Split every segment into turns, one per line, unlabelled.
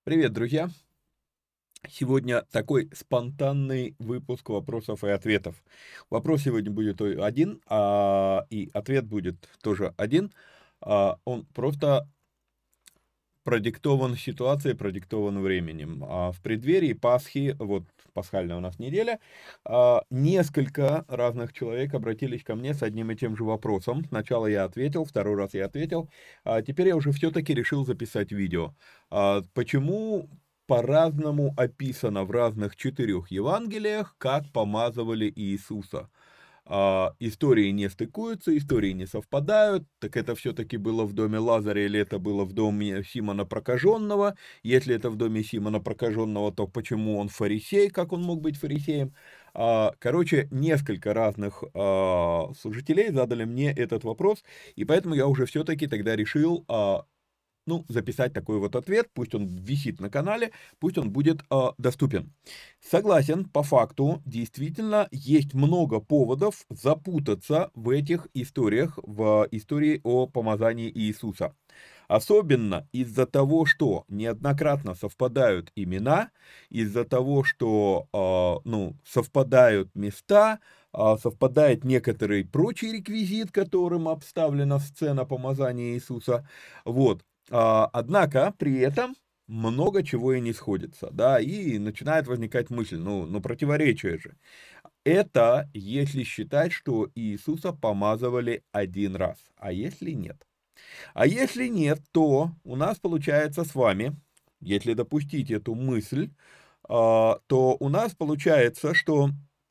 Привет, друзья! Сегодня такой спонтанный выпуск вопросов и ответов. Вопрос сегодня будет один, и ответ будет тоже один. Он просто продиктован ситуацией, продиктован временем. В преддверии Пасхи, вот пасхальная у нас неделя, несколько разных человек обратились ко мне с одним и тем же вопросом. Сначала я ответил, второй раз я ответил, а теперь я уже все-таки решил записать видео. Почему по-разному описано в разных 4 Евангелиях, как помазывали Иисуса? Истории не стыкуются, истории не совпадают, так это все-таки было в доме Лазаря или это было в доме Симона Прокаженного? Если это в доме Симона Прокаженного, то почему он фарисей, как он мог быть фарисеем? Короче, несколько разных служителей задали мне этот вопрос, и поэтому я уже все-таки тогда решил записать такой вот ответ, пусть он висит на канале, пусть он будет доступен. Согласен, по факту, действительно, есть много поводов запутаться в этих историях, в истории о помазании Иисуса. Особенно из-за того, что неоднократно совпадают имена, из-за того, что совпадают места, совпадает некоторый прочий реквизит, которым обставлена сцена помазания Иисуса. Вот. Однако при этом много чего и не сходится, да, и начинает возникать мысль, противоречие же. Это если считать, что Иисуса помазывали один раз, а если нет? А если нет, то у нас получается с вами, если допустить эту мысль, то у нас получается, что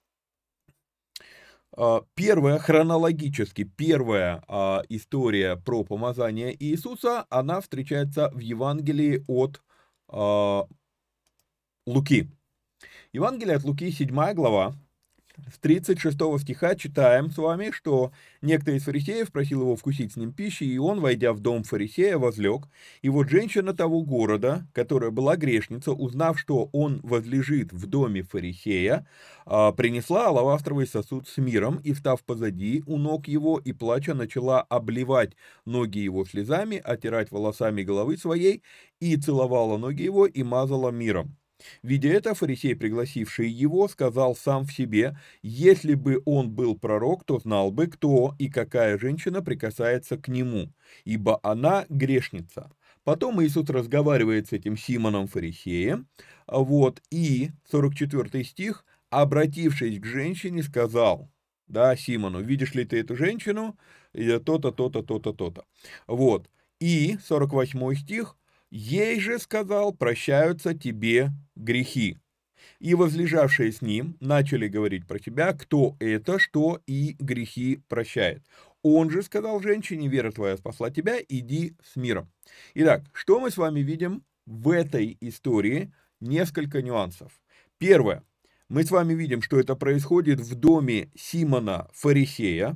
первая история про помазание Иисуса, она встречается в Евангелии от а, Луки. Евангелие от Луки, 7 глава, с 36 стиха читаем с вами, что некто из фарисеев просил его вкусить с ним пищи, и он, войдя в дом фарисея, возлег. И вот женщина того города, которая была грешница, узнав, что он возлежит в доме фарисея, принесла алавастровый сосуд с миром, и, встав позади у ног его, и плача, начала обливать ноги его слезами, отирать волосами головы своей, и целовала ноги его, и мазала миром. Видя это, фарисей, пригласивший его, сказал сам в себе: если бы он был пророк, то знал бы, кто и какая женщина прикасается к нему, ибо она грешница. Потом Иисус разговаривает с этим Симоном фарисеем, и 44 стих, обратившись к женщине, сказал, да, Симону: видишь ли ты эту женщину, то-то, то-то, то-то, то-то. И 48 стих, ей же сказал: прощаются тебе грехи. И возлежавшие с ним начали говорить про себя, кто это, что и грехи прощает. Он же сказал женщине: вера твоя спасла тебя, иди с миром. Итак, что мы с вами видим в этой истории? Несколько нюансов. Первое. Мы с вами видим, что это происходит в доме Симона Фарисея.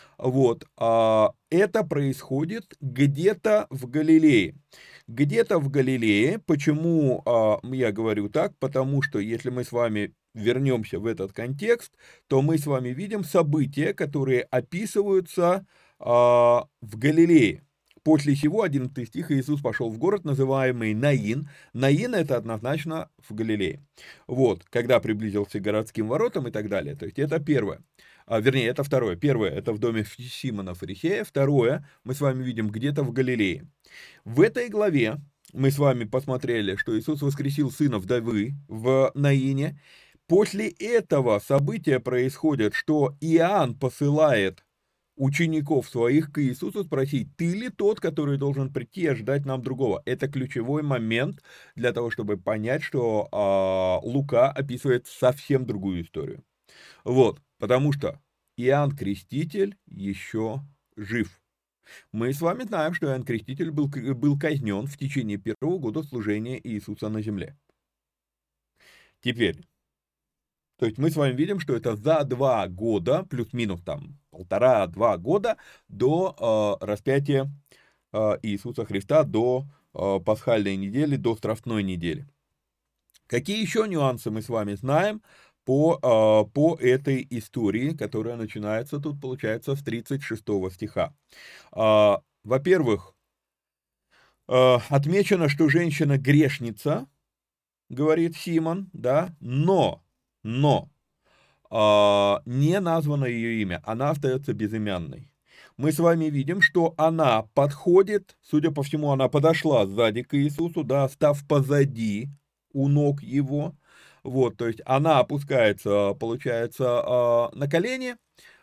Это происходит где-то в Галилее. Где-то в Галилее. Почему я говорю так? Потому что если мы с вами вернемся в этот контекст, то мы с вами видим события, которые описываются в Галилее. После сего, 11 стих, Иисус пошел в город, называемый Наин. Наин — это однозначно в Галилее. Когда приблизился к городским воротам и так далее. То есть это первое. Вернее, это второе. Первое — это в доме Симона Фарисея. Второе мы с вами видим где-то в Галилее. В этой главе мы с вами посмотрели, что Иисус воскресил сына вдовы в Наине. После этого события происходят, что Иоанн посылает учеников своих к Иисусу спросить: ты ли тот, который должен прийти и ожидать нам другого? Это ключевой момент для того, чтобы понять, что Лука описывает совсем другую историю. Потому что Иоанн Креститель еще жив. Мы с вами знаем, что Иоанн Креститель был казнен в течение первого года служения Иисуса на земле. Теперь, то есть мы с вами видим, что это за 2 года, плюс-минус там 1,5-2 года до распятия Иисуса Христа, до пасхальной недели, до страстной недели. Какие еще нюансы мы с вами знаем по этой истории, которая начинается тут, получается, с 36 стиха? Во-первых, Отмечено, что женщина грешница, говорит Симон, да, но не названо ее имя, она остается безымянной. Мы с вами видим, что она подходит, судя по всему, она подошла сзади к Иисусу, да, став позади у ног его, вот, то есть она опускается, получается, на колени,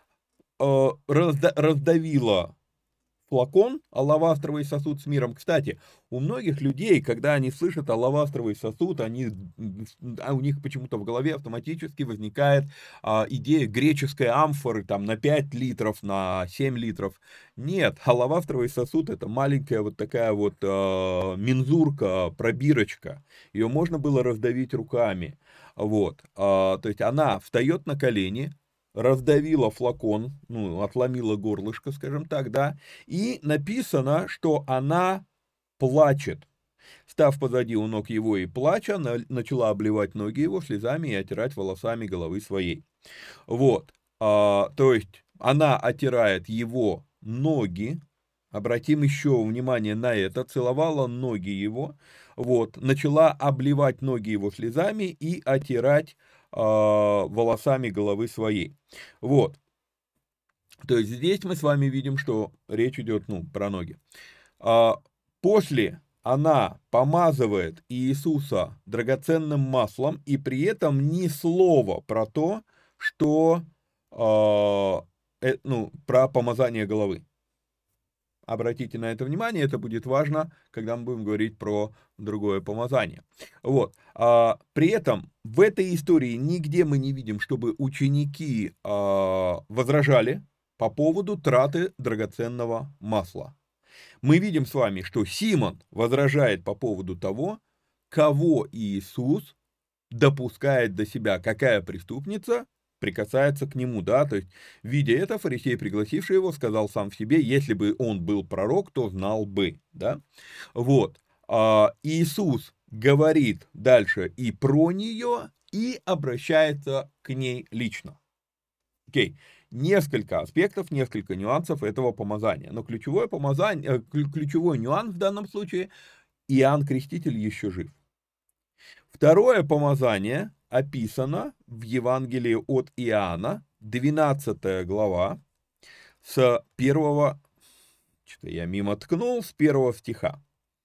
раздавила флакон, алавастровый сосуд с миром. Кстати, у многих людей, когда они слышат алавастровый сосуд, у них почему-то в голове автоматически возникает идея греческой амфоры там, на 5 литров, на 7 литров. Нет, алавастровый сосуд это маленькая вот такая вот мензурка, пробирочка. Ее можно было раздавить руками. Вот, то есть она встает на колени, раздавила флакон, ну, отломила горлышко, скажем так, да, и написано, что она плачет. Став позади у ног его и плача, начала обливать ноги его слезами и отирать волосами головы своей. Вот, то есть она отирает его ноги, обратим еще внимание на это, целовала ноги его, вот, начала обливать ноги его слезами и отирать волосами головы своей. Вот, то есть здесь мы с вами видим, что речь идет, ну, про ноги. После она помазывает Иисуса драгоценным маслом, и при этом ни слова про то, что, ну, про помазание головы. Обратите на это внимание, это будет важно, когда мы будем говорить про другое помазание. Вот. При этом в этой истории нигде мы не видим, чтобы ученики возражали по поводу траты драгоценного масла. Мы видим с вами, что Симон возражает по поводу того, кого Иисус допускает до себя, какая преступница прикасается к нему, да, то есть, видя это, фарисей, пригласивший его, сказал сам в себе, если бы он был пророк, то знал бы, да, вот, Иисус говорит дальше и про нее, и обращается к ней лично. Окей, несколько аспектов, несколько нюансов этого помазания, но ключевой нюанс в данном случае, Иоанн Креститель еще жив. Второе помазание описано в Евангелии от Иоанна, 12 глава, с первого, что-то я мимо ткнул, с первого стиха.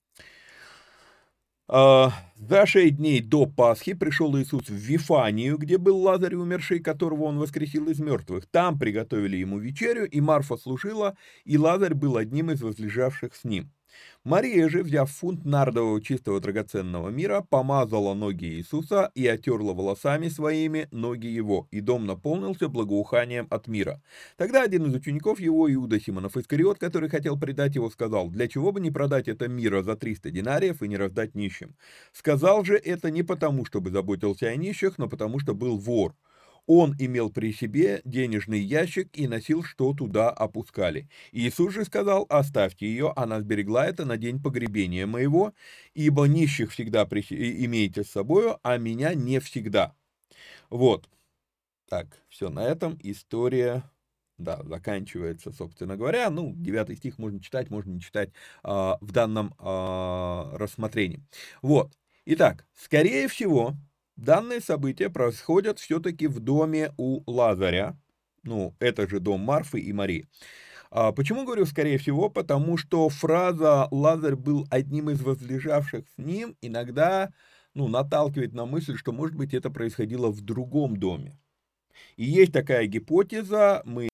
За 6 дней до Пасхи пришел Иисус в Вифанию, где был Лазарь, умерший, которого он воскресил из мертвых. Там приготовили ему вечерю, и Марфа служила, и Лазарь был одним из возлежавших с ним. Мария же, взяв фунт нардового чистого драгоценного мира, помазала ноги Иисуса и отерла волосами своими ноги его, и дом наполнился благоуханием от мира. Тогда один из учеников его, Иуда Симонов Искариот, который хотел предать его, сказал: «Для чего бы не продать это мира за 300 динариев и не раздать нищим?» Сказал же это не потому, чтобы заботился о нищих, но потому, что был вор. Он имел при себе денежный ящик и носил, что туда опускали. Иисус же сказал: «Оставьте ее, она сберегла это на день погребения моего, ибо нищих всегда имеете с собою, а меня не всегда». Вот. Так, все, на этом история, да, заканчивается, собственно говоря. Ну, 9 стих можно читать, можно не читать в данном рассмотрении. Вот. Итак, скорее всего, данные события происходят все-таки в доме у Лазаря. Ну, это же дом Марфы и Марии. Почему говорю скорее всего? Потому что фраза «Лазарь был одним из возлежавших с ним» иногда, ну, наталкивает на мысль, что, может быть, это происходило в другом доме. И есть такая гипотеза, мы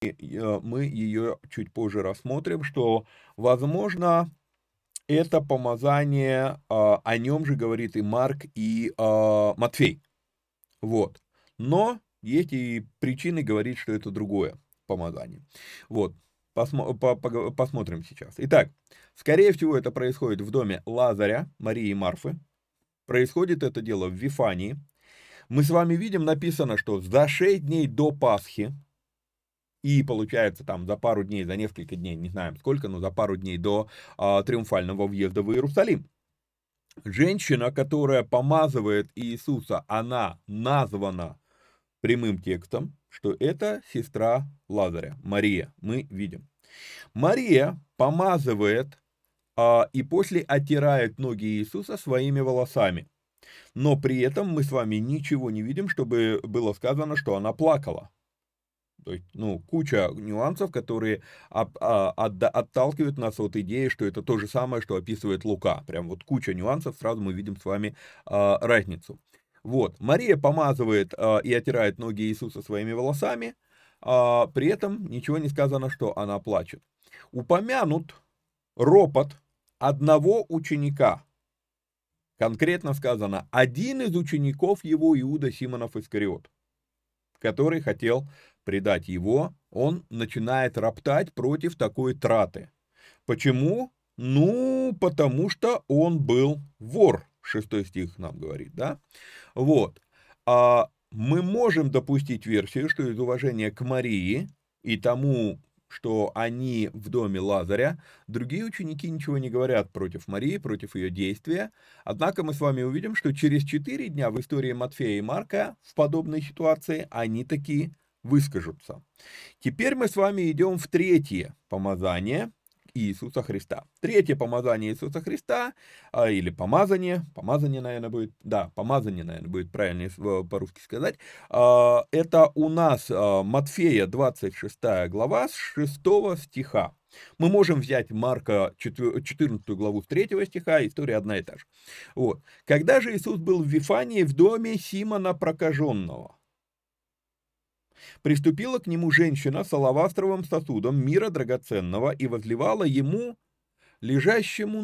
ее чуть позже рассмотрим, что, возможно, это помазание, о нем же говорит и Марк, и Матфей. Вот. Но есть и причины говорить, что это другое помазание. Вот. Посмотрим сейчас. Итак, скорее всего, это происходит в доме Лазаря, Марии и Марфы. Происходит это дело в Вифании. Мы с вами видим, написано, что за 6 дней до Пасхи, и получается там за пару дней, за несколько дней, не знаем сколько, но за пару дней до триумфального въезда в Иерусалим, женщина, которая помазывает Иисуса, она названа прямым текстом, что это сестра Лазаря, Мария, мы видим. Мария помазывает и после оттирает ноги Иисуса своими волосами. Но при этом мы с вами ничего не видим, чтобы было сказано, что она плакала. То есть, куча нюансов, которые отталкивают нас от идеи, что это то же самое, что описывает Лука. Прям вот куча нюансов, сразу мы видим с вами разницу. Вот, Мария помазывает и оттирает ноги Иисуса своими волосами, при этом ничего не сказано, что она плачет. Упомянут ропот одного ученика. Конкретно сказано, один из учеников его, Иуда Симонов Искариот, который хотел предать его, он начинает роптать против такой траты. Почему? Потому что он был вор, 6 стих нам говорит, да? Вот. Мы можем допустить версию, что из уважения к Марии и тому, что они в доме Лазаря, другие ученики ничего не говорят против Марии, против ее действия. Однако мы с вами увидим, что через 4 дня в истории Матфея и Марка в подобной ситуации они таки выскажутся. Теперь мы с вами идем в третье помазание Иисуса Христа. Третье помазание Иисуса Христа, или помазание, помазание, наверное, будет правильно по-русски сказать, это у нас Матфея 26 глава с 6 стиха. Мы можем взять Марка 14 главу с 3 стиха, история одна и та же. Вот. Когда же Иисус был в Вифании в доме Симона Прокаженного, приступила к нему женщина с алавастровым сосудом мира драгоценного и возливала ему, возлежавшему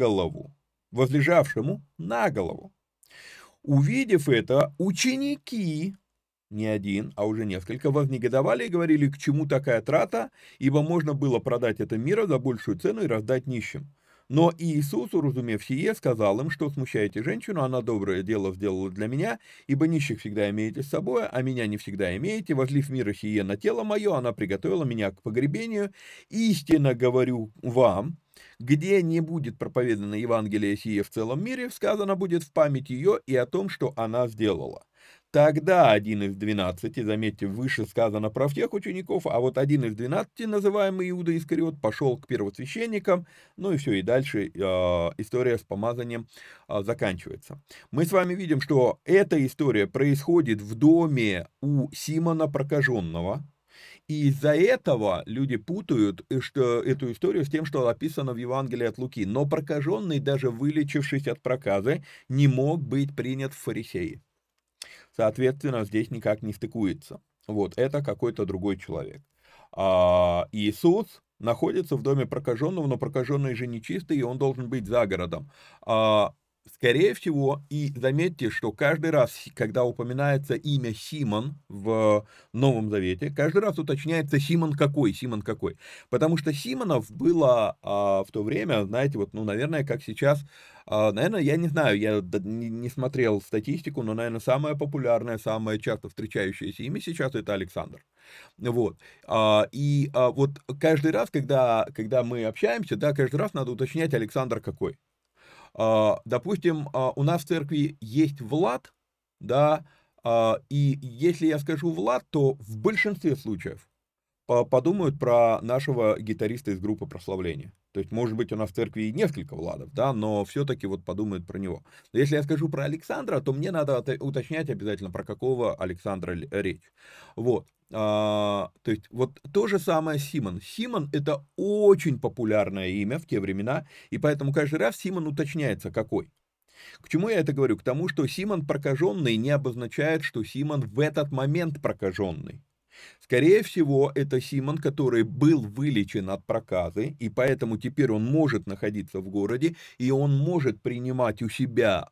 на голову. Увидев это, ученики, не один, а уже несколько, вознегодовали и говорили, к чему такая трата, ибо можно было продать это мира за большую цену и раздать нищим. Но Иисус, уразумев сие, сказал им, что смущаете женщину, она доброе дело сделала для меня, ибо нищих всегда имеете с собой, а меня не всегда имеете. Возлив мира сие на тело мое, она приготовила меня к погребению. Истинно говорю вам, где не будет проповедано Евангелие сие в целом мире, сказано будет в память ее и о том, что она сделала. Тогда один из 12, заметьте, выше сказано про всех учеников, а вот один из 12, называемый Иуда Искариот, пошел к первосвященникам, и все, и дальше история с помазанием заканчивается. Мы с вами видим, что эта история происходит в доме у Симона Прокаженного, и из-за этого люди путают эту историю с тем, что описано в Евангелии от Луки. Но прокаженный, даже вылечившись от проказы, не мог быть принят в фарисеи. Соответственно, здесь никак не стыкуется. Вот, это какой-то другой человек. Иисус находится в доме прокаженного, но прокаженный же нечистый, и он должен быть за городом. Скорее всего, и заметьте, что каждый раз, когда упоминается имя Симон в Новом Завете, каждый раз уточняется Симон какой. Потому что Симонов было в то время, знаете, наверное, как сейчас, наверное, я не знаю, я не смотрел статистику, но, наверное, самое популярное, самое часто встречающееся имя сейчас это Александр. Вот. Вот каждый раз, когда мы общаемся, да, каждый раз надо уточнять Александр какой. Допустим, у нас в церкви есть Влад, да, и если я скажу Влад, то в большинстве случаев подумают про нашего гитариста из группы прославления. То есть, может быть, у нас в церкви и несколько Владов, да, но все-таки подумают про него. Но если я скажу про Александра, то мне надо уточнять обязательно, про какого Александра речь. Вот. То есть, то же самое Симон. Симон — это очень популярное имя в те времена, и поэтому каждый раз Симон уточняется, какой. К чему я это говорю? К тому, что Симон прокаженный не обозначает, что Симон в этот момент прокаженный. Скорее всего, это Симон, который был вылечен от проказы, и поэтому теперь он может находиться в городе, и он может принимать у себя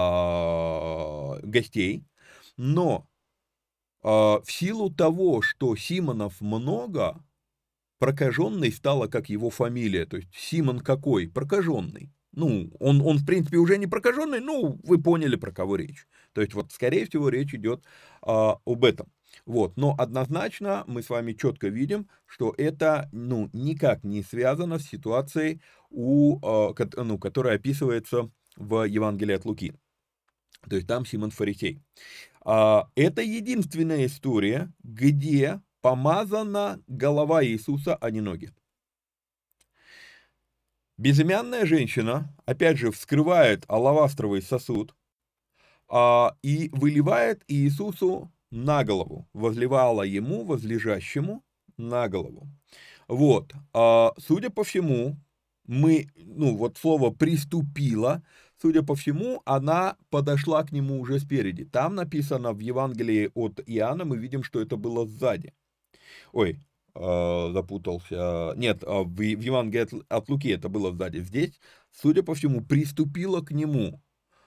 гостей, но в силу того, что Симонов много, прокаженный стало как его фамилия, то есть Симон какой? Прокаженный. Он в принципе уже не прокаженный, вы поняли, про кого речь. То есть скорее всего, речь идет об этом. Но однозначно мы с вами четко видим, что это, никак не связано с ситуацией, которая описывается в Евангелии от Луки. То есть там Симон Фарисей. Это единственная история, где помазана голова Иисуса, а не ноги. Безымянная женщина, опять же, вскрывает алавастровый сосуд и выливает Иисусу на голову, возливала ему, возлежащему, на голову. Вот, судя по всему, вот слово «приступила», судя по всему, она подошла к нему уже спереди. Там написано в Евангелии от Иоанна, мы видим, что это было сзади. Ой, запутался. Нет, в Евангелии от Луки это было сзади. Здесь, судя по всему, приступила к нему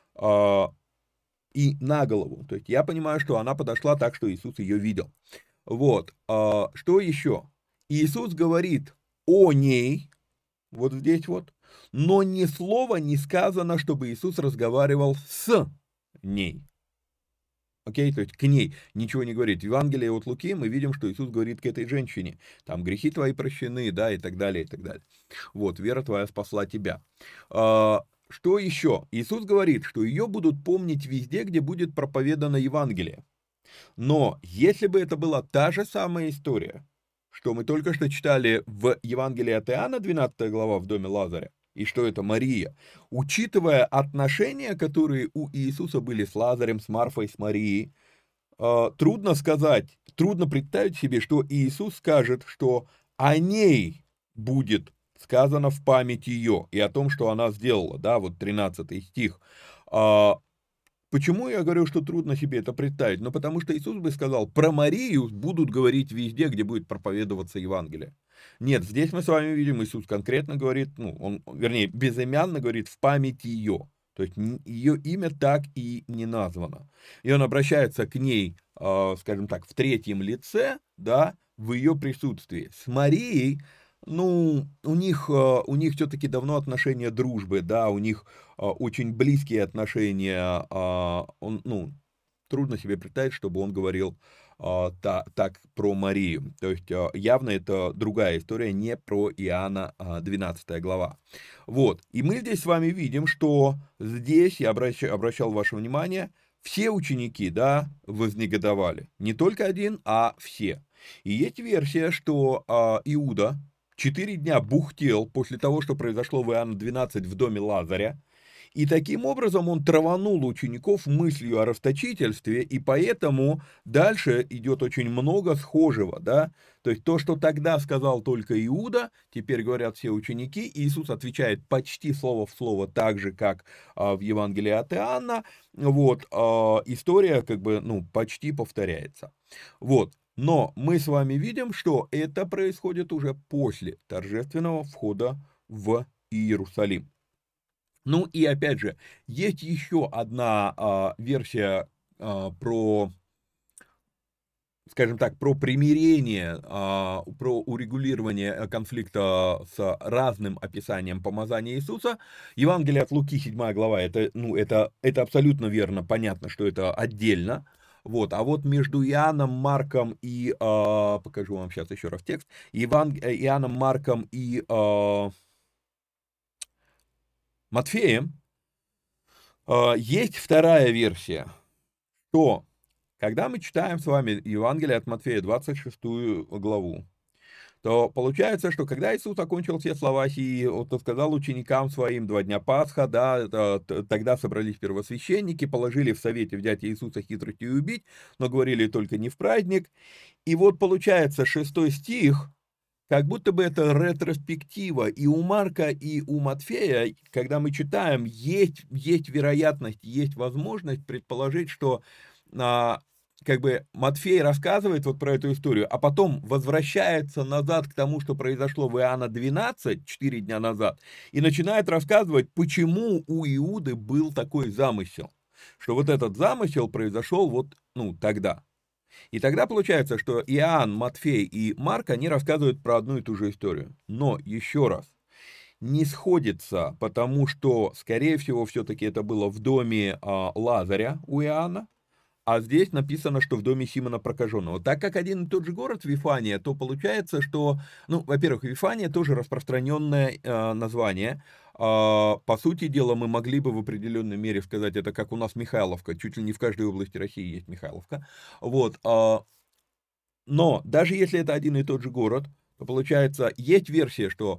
и на голову. То есть я понимаю, что она подошла так, что Иисус ее видел. Вот, что еще? Иисус говорит о ней, вот здесь вот, но ни слова не сказано, чтобы Иисус разговаривал с ней. Окей, то есть к ней ничего не говорит. В Евангелии от Луки мы видим, что Иисус говорит к этой женщине. Там грехи твои прощены, да, и так далее, и так далее. Вот, вера твоя спасла тебя. Что еще? Иисус говорит, что ее будут помнить везде, где будет проповедано Евангелие. Но если бы это была та же самая история, что мы только что читали в Евангелии от Иоанна, 12 глава, в доме Лазаря, и что это Мария, учитывая отношения, которые у Иисуса были с Лазарем, с Марфой, с Марией, трудно сказать, трудно представить себе, что Иисус скажет, что о ней будет сказано в память ее и о том, что она сделала, да, вот 13 стих. Почему я говорю, что трудно себе это представить? Ну, потому что Иисус бы сказал, про Марию будут говорить везде, где будет проповедоваться Евангелие. Нет, здесь мы с вами видим, Иисус конкретно говорит, вернее, безымянно говорит в память ее. То есть ее имя так и не названо. И он обращается к ней, скажем так, в третьем лице, да, в ее присутствии. С Марией, у них все-таки давно отношения дружбы, да, у них очень близкие отношения, трудно себе представить, чтобы он говорил так про Марию. То есть явно это другая история, не про Иоанна 12 глава. Вот, и мы здесь с вами видим, что здесь, я обращал ваше внимание, все ученики, да, вознегодовали. Не только один, а все. И есть версия, что Иуда 4 дня бухтел после того, что произошло в Иоанна 12 в доме Лазаря, и таким образом он траванул учеников мыслью о расточительстве, и поэтому дальше идет очень много схожего, да, то есть то, что тогда сказал только Иуда, теперь говорят все ученики, Иисус отвечает почти слово в слово так же, как в Евангелии от Иоанна, вот, история как бы, почти повторяется, вот. Но мы с вами видим, что это происходит уже после торжественного входа в Иерусалим. Ну и опять же, есть еще одна версия про, скажем так, про примирение, про урегулирование конфликта с разным описанием помазания Иисуса. Евангелие от Луки, 7 глава, это абсолютно верно, понятно, что это отдельно. Вот, а вот между Иоанном, Марком и, покажу вам сейчас еще раз текст, Иоанном, Марком и Матфеем, есть вторая версия, что когда мы читаем с вами Евангелие от Матфея, 26 главу, то получается, что когда Иисус окончил все слова сии, то сказал ученикам своим 2 дня Пасха, да, тогда собрались первосвященники, положили в совете взять Иисуса хитростью и убить, но говорили только не в праздник. И вот получается 6 стих, как будто бы это ретроспектива и у Марка, и у Матфея, когда мы читаем, есть вероятность, есть возможность предположить, что как бы Матфей рассказывает вот про эту историю, а потом возвращается назад к тому, что произошло в Иоанна 12, 4 дня назад, и начинает рассказывать, почему у Иуды был такой замысел, что вот этот замысел произошел вот, тогда. И тогда получается, что Иоанн, Матфей и Марк, они рассказывают про одну и ту же историю. Но, еще раз, не сходится, потому что, скорее всего, все-таки это было в доме Лазаря у Иоанна, а здесь написано, что в доме Симона Прокаженного. Так как один и тот же город Вифания, то получается, что, во-первых, Вифания тоже распространенное название. По сути дела, мы могли бы в определенной мере сказать, это как у нас Михайловка, чуть ли не в каждой области России есть Михайловка. Вот. Но даже если это один и тот же город, то получается, есть версия, что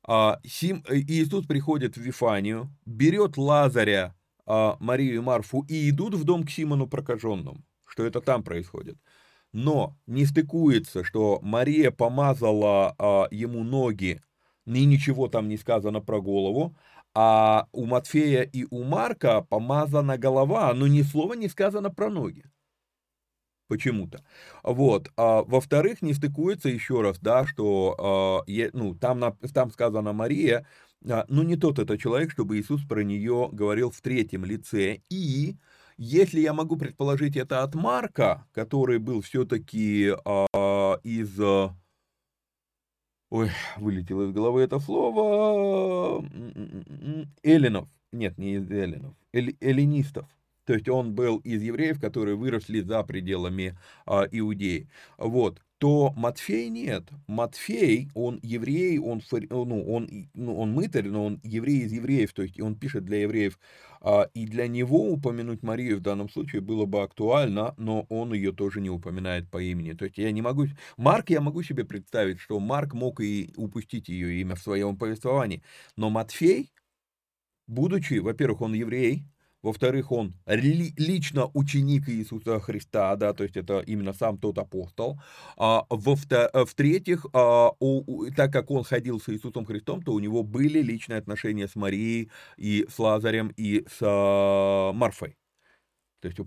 Иисус приходит в Вифанию, берет Лазаря, Марию и Марфу и идут в дом к Симону прокаженному, что это там происходит. Но не стыкуется, что Мария помазала ему ноги, и ничего там не сказано про голову, а у Матфея и у Марка помазана голова, но ни слова не сказано про ноги. Почему-то. Вот. Во-вторых, не стыкуется еще раз, да, что там сказано Мария, ну не тот это человек, чтобы Иисус про нее говорил в третьем лице. И если я могу предположить это от Марка, который был все-таки из... Ой, вылетело из головы это слово. Эллинов. Нет, не из эллинов. Эллинистов. То есть он был из евреев, которые выросли за пределами Иудеи. Вот. То Матфей нет. Матфей, он еврей, он мытарь, но он еврей из евреев, то есть он пишет для евреев. И для него упомянуть Марию в данном случае было бы актуально, но он ее тоже не упоминает по имени. То есть я не могу... Марк, я могу себе представить, что Марк мог и упустить ее имя в своем повествовании. Но Матфей, будучи, во-первых, он еврей, во-вторых, он лично ученик Иисуса Христа, да, то есть это именно сам тот апостол. В-третьих, так как он ходил с Иисусом Христом, то у него были личные отношения с Марией, и с Лазарем, и с Марфой. То есть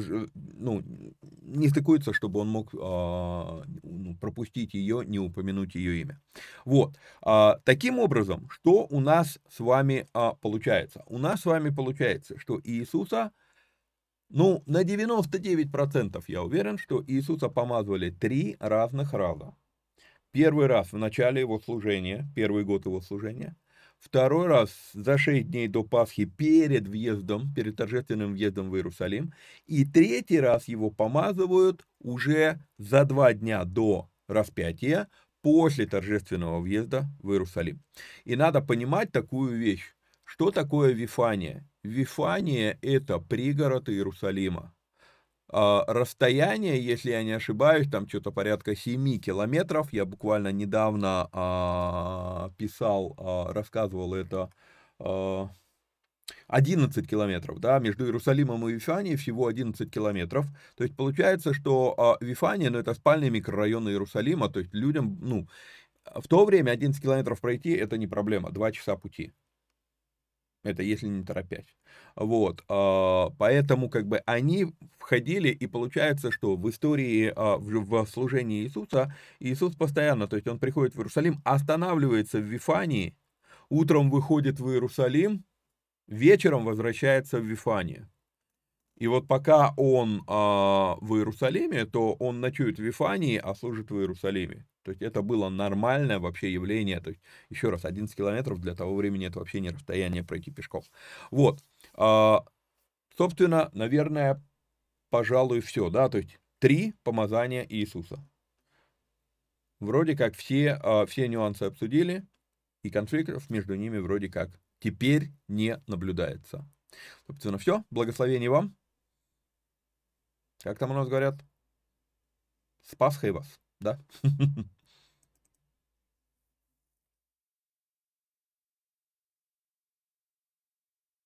не стыкуется, чтобы он мог пропустить ее, не упомянуть ее имя. Вот. Таким образом, что у нас с вами получается? У нас с вами получается, что Иисуса, на 99% я уверен, что Иисуса помазывали 3 разных раза. Первый раз в начале его служения, первый год его служения. Второй раз за 6 дней до Пасхи перед въездом, перед торжественным въездом в Иерусалим. И третий раз его помазывают уже за 2 дня до распятия, после торжественного въезда в Иерусалим. И надо понимать такую вещь. Что такое Вифания? Вифания – это пригород Иерусалима. Расстояние, если я не ошибаюсь, там что-то порядка 7 километров. Я буквально недавно рассказывал это. 11 километров, да, между Иерусалимом и Вифанией всего 11 километров. То есть получается, что Вифания, это спальный микрорайон Иерусалима, то есть людям, в то время 11 километров пройти это не проблема, 2 часа пути. Это если не торопясь. Вот. Поэтому они входили, и получается, что в истории, в служении Иисуса, Иисус постоянно, то есть он приходит в Иерусалим, останавливается в Вифании, утром выходит в Иерусалим, вечером возвращается в Вифанию. И вот пока он в Иерусалиме, то он ночует в Вифании, а служит в Иерусалиме. То есть это было нормальное вообще явление. То есть, еще раз, 11 километров для того времени это вообще не расстояние пройти пешком. Вот. Собственно, наверное, пожалуй, все, да, то есть 3 помазания Иисуса. Вроде как все нюансы обсудили, и конфликтов между ними вроде как теперь не наблюдается. Собственно, все. Благословений вам. Как там у нас говорят? С Пасхой вас, да?